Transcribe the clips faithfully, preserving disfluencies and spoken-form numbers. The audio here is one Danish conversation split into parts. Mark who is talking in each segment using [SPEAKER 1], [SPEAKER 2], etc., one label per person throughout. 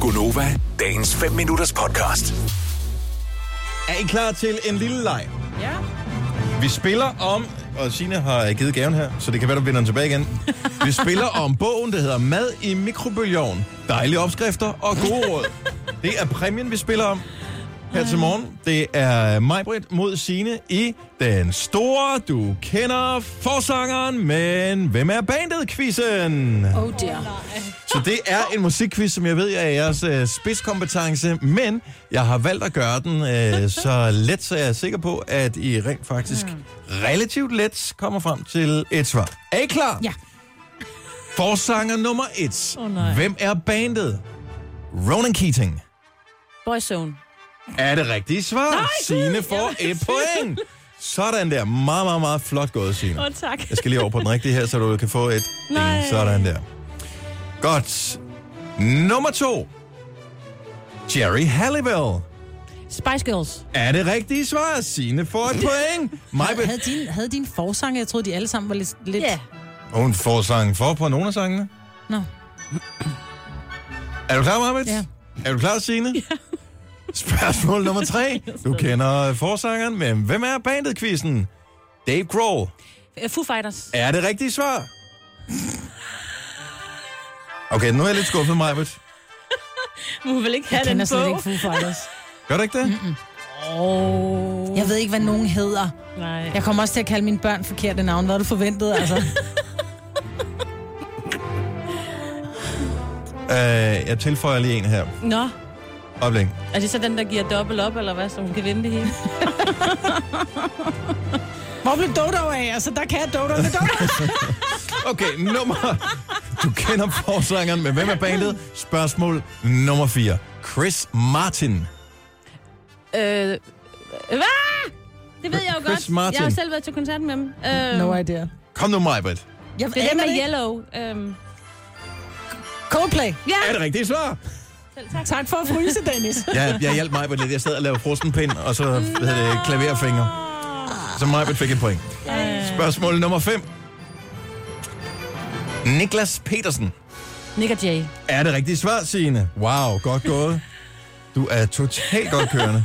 [SPEAKER 1] Gonova, dagens fem minutters podcast.
[SPEAKER 2] Er I klar til en lille leg?
[SPEAKER 3] Ja.
[SPEAKER 2] Vi spiller om, og Signe har givet gaven her, så det kan være, du vinder den tilbage igen. Vi spiller om bogen, der hedder Mad i mikrobølgeovn. Dejlige opskrifter og gode råd. Det er præmien, vi spiller om her til morgen. Det er Maj-Brit mod Signe i den store, du kender forsangeren, men hvem er bandet-quizzen?
[SPEAKER 3] Oh dear.
[SPEAKER 2] Så det er en musikquiz, som jeg ved er jeres øh, spidskompetence, men jeg har valgt at gøre den øh, så let, så jeg er sikker på, at I rent faktisk mm. relativt let kommer frem til et svar. Er I klar?
[SPEAKER 3] Ja.
[SPEAKER 2] Forsanger nummer et.
[SPEAKER 3] Oh, nej.
[SPEAKER 2] Hvem er bandet? Ronan Keating.
[SPEAKER 3] Boyzone.
[SPEAKER 2] Er det rigtige svar?
[SPEAKER 3] Nej,
[SPEAKER 2] Signe får et point. Sådan der. Meget, meget, meget flot gået, Signe.
[SPEAKER 3] Åh, oh, tak.
[SPEAKER 2] Jeg skal lige over på den rigtige her, så du kan få et.
[SPEAKER 3] Nej.
[SPEAKER 2] Sådan der. Godt. Nummer to. Jerry Halliwell.
[SPEAKER 3] Spice Girls.
[SPEAKER 2] Er det rigtige svar? Signe får et point.
[SPEAKER 4] Havde, havde, din, havde din forsanger, jeg troede, de alle sammen var lidt... lidt...
[SPEAKER 3] Ja.
[SPEAKER 2] Hun får sangen for på nogle af sangene.
[SPEAKER 4] Nå.
[SPEAKER 2] Er du klar, Maj-Brit?
[SPEAKER 4] Ja.
[SPEAKER 2] Er du klar, Signe? Ja. Spørgsmål nummer tre. Du kender forsangeren, men hvem er bandet-quizzen? Dave Grohl.
[SPEAKER 3] Foo Fighters.
[SPEAKER 2] Er det rigtige svar? Okay, nu er jeg lidt skuffet, Maj-Brit.
[SPEAKER 3] Du må vel ikke have
[SPEAKER 4] Jeg kender
[SPEAKER 3] den
[SPEAKER 4] slet
[SPEAKER 3] bog?
[SPEAKER 4] ikke Foo Fighters.
[SPEAKER 2] Gør du ikke det?
[SPEAKER 4] Mm-mm.
[SPEAKER 3] Oh.
[SPEAKER 4] Jeg ved ikke, hvad nogen hedder.
[SPEAKER 3] Nej.
[SPEAKER 4] Jeg kommer også til at kalde mine børn forkerte navn. Hvad er du forventet, altså?
[SPEAKER 2] Uh, jeg tilføjer lige en her.
[SPEAKER 3] Nå,
[SPEAKER 2] Oplæg.
[SPEAKER 3] er det så den, der giver dobbelt op, eller hvad, så hun kan vinde det hele?
[SPEAKER 4] Hvor blev Dodo af? Altså, der kan jeg Dodo med Dodo.
[SPEAKER 2] Okay, nummer... Du kender forsangeren, men hvem er bandet? Spørgsmål nummer fire. Chris Martin.
[SPEAKER 3] øh, hvad? Det ved jeg jo
[SPEAKER 2] Chris
[SPEAKER 3] godt.
[SPEAKER 2] Martin.
[SPEAKER 3] Jeg har jo selv været til koncert med ham. Øh,
[SPEAKER 4] No idea.
[SPEAKER 2] Kom nu, Maj-Brit.
[SPEAKER 4] Jeg
[SPEAKER 3] det er dem
[SPEAKER 4] aner
[SPEAKER 3] med
[SPEAKER 4] ikke.
[SPEAKER 3] Yellow. Øhm,
[SPEAKER 4] Coldplay.
[SPEAKER 3] ja,
[SPEAKER 2] Er det rigtige svar?
[SPEAKER 3] selv tak.
[SPEAKER 4] Tak for at fryse, Dennis.
[SPEAKER 2] Jeg, jeg hjalp Maj-Brit lidt. Jeg sad og lavede frostenpind, og så hvad hedder det, klaverfingre. Så Maj-Brit fik et point. Spørgsmål nummer fem. Niklas Petersen.
[SPEAKER 3] Nick og Jay.
[SPEAKER 2] Er det rigtige svar, Signe? Wow, godt gået. Du er totalt godt kørende.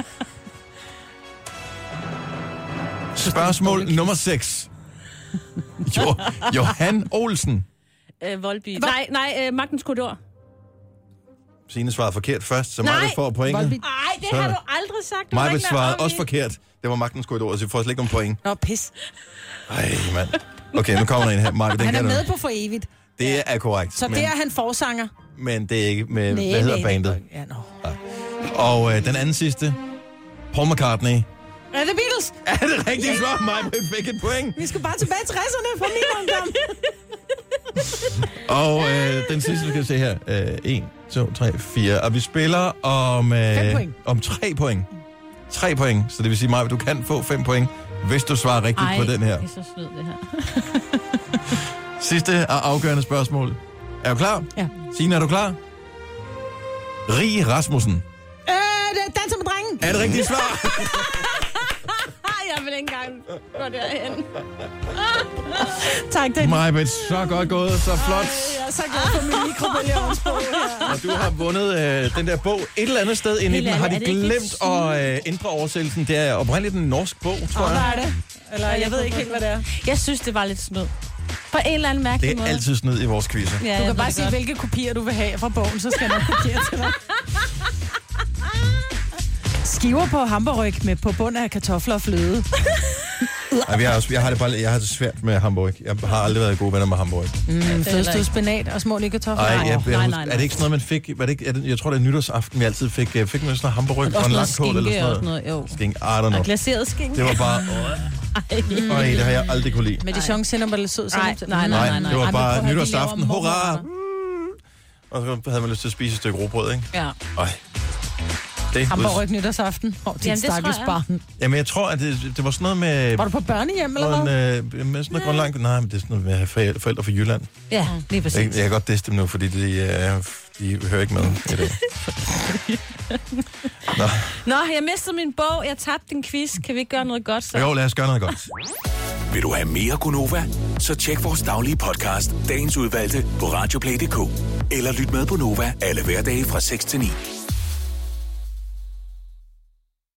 [SPEAKER 2] Spørgsmål nummer seks. Jo, Johan Olsen.
[SPEAKER 3] Øh, Volby. Nej, nej, øh, Magtens Korridor.
[SPEAKER 2] Signe svarede forkert først, så
[SPEAKER 3] Nej.
[SPEAKER 2] Maj-Brit får pointet.
[SPEAKER 3] Nej, det
[SPEAKER 2] Så-
[SPEAKER 3] har du aldrig sagt. Du har
[SPEAKER 2] Maj-Brit
[SPEAKER 3] ikke
[SPEAKER 2] svarede
[SPEAKER 3] lavet
[SPEAKER 2] også
[SPEAKER 3] om i-
[SPEAKER 2] forkert. Det var Magtens Korridor, så vi får slet ikke om point.
[SPEAKER 4] Nå, pis.
[SPEAKER 2] Ej, mand. Okay, nu kommer der en her. Maj-Brit, den
[SPEAKER 4] Han er
[SPEAKER 2] kan du.
[SPEAKER 4] med på for evigt.
[SPEAKER 2] Det er korrekt.
[SPEAKER 4] Så
[SPEAKER 2] men,
[SPEAKER 4] det er han forsanger.
[SPEAKER 2] men det er ikke med,
[SPEAKER 4] Nej,
[SPEAKER 2] hvad hedder
[SPEAKER 4] nej,
[SPEAKER 2] bandet?
[SPEAKER 4] Ja, no.
[SPEAKER 2] Og øh, den anden sidste. Paul McCartney.
[SPEAKER 4] Er det Beatles?
[SPEAKER 2] Er det rigtigt svar? Maj-Brit fik et point.
[SPEAKER 4] Vi skal bare tilbage til tresserne fra min ungdom.
[SPEAKER 2] Og øh, den sidste, du kan se her. Øh, en, to, tre, fire. Og vi spiller om... Øh,
[SPEAKER 4] Fem point.
[SPEAKER 2] Om tre point. Tre point. Så det vil sige, Maja, du kan få fem point, hvis du svarer rigtigt
[SPEAKER 3] Ej,
[SPEAKER 2] på den her.
[SPEAKER 3] det er så snyd, det her.
[SPEAKER 2] Sidste og afgørende spørgsmål. Er du klar?
[SPEAKER 4] Ja.
[SPEAKER 2] Signe, er du klar? Rie Rasmussen.
[SPEAKER 4] Øh, det danser med drengen.
[SPEAKER 2] Er det rigtigt svar?
[SPEAKER 3] Ej, jeg vil ikke engang gå derhen.
[SPEAKER 4] Tak, Dennis.
[SPEAKER 2] Maj-Brit, så godt gået, så flot.
[SPEAKER 4] Jeg er så glad for min mikrobølgeovnsbog her.
[SPEAKER 2] Og du har vundet øh, den der bog et eller andet sted inde i
[SPEAKER 3] Helt
[SPEAKER 2] den. Har de
[SPEAKER 3] ærligt, er det ikke
[SPEAKER 2] glemt at øh, ændre oversættelsen? Det er oprindeligt en norsk bog, tror
[SPEAKER 4] Hvad
[SPEAKER 2] jeg.
[SPEAKER 4] er det? Eller jeg ved ikke helt, hvad det er.
[SPEAKER 3] Jeg synes, det var lidt snyd. På en eller anden mærkelig
[SPEAKER 2] Det er
[SPEAKER 3] måde.
[SPEAKER 2] altid snyd i vores quizzer.
[SPEAKER 3] Ja,
[SPEAKER 4] Du
[SPEAKER 3] jeg
[SPEAKER 4] kan
[SPEAKER 3] ved
[SPEAKER 4] bare
[SPEAKER 3] det
[SPEAKER 4] sige,
[SPEAKER 3] godt.
[SPEAKER 4] hvilke kopier du vil have fra bogen, så skal jeg nok kopiere til dig. Skiver på hamburg med på bund af kartofler og fløde.
[SPEAKER 2] Ej, jeg, har også, jeg, har det bare, jeg har det svært med Hamburg. Jeg har aldrig været gode venner med Hamburg.
[SPEAKER 4] Mm,
[SPEAKER 3] heller
[SPEAKER 4] Fødstød,
[SPEAKER 3] ikke.
[SPEAKER 4] spinat og små kartofler.
[SPEAKER 2] Ej, jeg, jeg,
[SPEAKER 3] nej,
[SPEAKER 2] jeg,
[SPEAKER 3] nej,
[SPEAKER 2] husker,
[SPEAKER 3] nej.
[SPEAKER 2] er det ikke sådan noget, man fik? Var det ikke, er det, jeg tror, det er nytårsaften, vi altid fik. Fik man sådan noget hamburg og en lang kål eller sådan noget?
[SPEAKER 3] noget. Jo.
[SPEAKER 2] Skink, I don't know.
[SPEAKER 3] Og glaseret skinke.
[SPEAKER 2] Det var bare...
[SPEAKER 3] Ej.
[SPEAKER 2] Øj, det har jeg aldrig kunne lide.
[SPEAKER 4] Med de sjong sennep eller sød
[SPEAKER 3] Nej,
[SPEAKER 4] sennep.
[SPEAKER 3] nej,
[SPEAKER 2] Nej,
[SPEAKER 3] nej, nej.
[SPEAKER 2] det var
[SPEAKER 4] Ej, men
[SPEAKER 2] bare
[SPEAKER 4] prøv at høre, de
[SPEAKER 2] nytårsaften.
[SPEAKER 4] laver
[SPEAKER 2] Hurra!
[SPEAKER 4] morgenmad.
[SPEAKER 2] Og så havde man lyst til at spise et stykke rugbrød, ikke?
[SPEAKER 3] Ja.
[SPEAKER 2] Øj. Det
[SPEAKER 4] Hamburg nytårsaften. Åh, dit
[SPEAKER 3] Jamen, det tror
[SPEAKER 4] stakkels
[SPEAKER 3] jeg.
[SPEAKER 4] barn.
[SPEAKER 2] Jamen, jeg tror, at det, det var sådan noget med...
[SPEAKER 4] Var du på børnehjem, eller
[SPEAKER 2] Og en,
[SPEAKER 4] hvad?
[SPEAKER 2] øh, med sådan noget grønlangt... Nej, men det er sådan noget med at have forældre, forældre fra Jylland.
[SPEAKER 3] Ja, lige præcis.
[SPEAKER 2] Jeg, jeg kan godt disse dem nu, fordi de, øh, de hører ikke med i dag. Nå.
[SPEAKER 3] Nå, jeg mistede min bog. Jeg tabte en quiz. Kan vi ikke gøre noget godt så?
[SPEAKER 2] Jo, lad os gøre noget godt.
[SPEAKER 1] Vil du have mere Gunova? Så tjek vores daglige podcast, dagens udvalgte, på radioplay punktum d k. Eller lyt med på Nova alle hverdage fra seks til ni.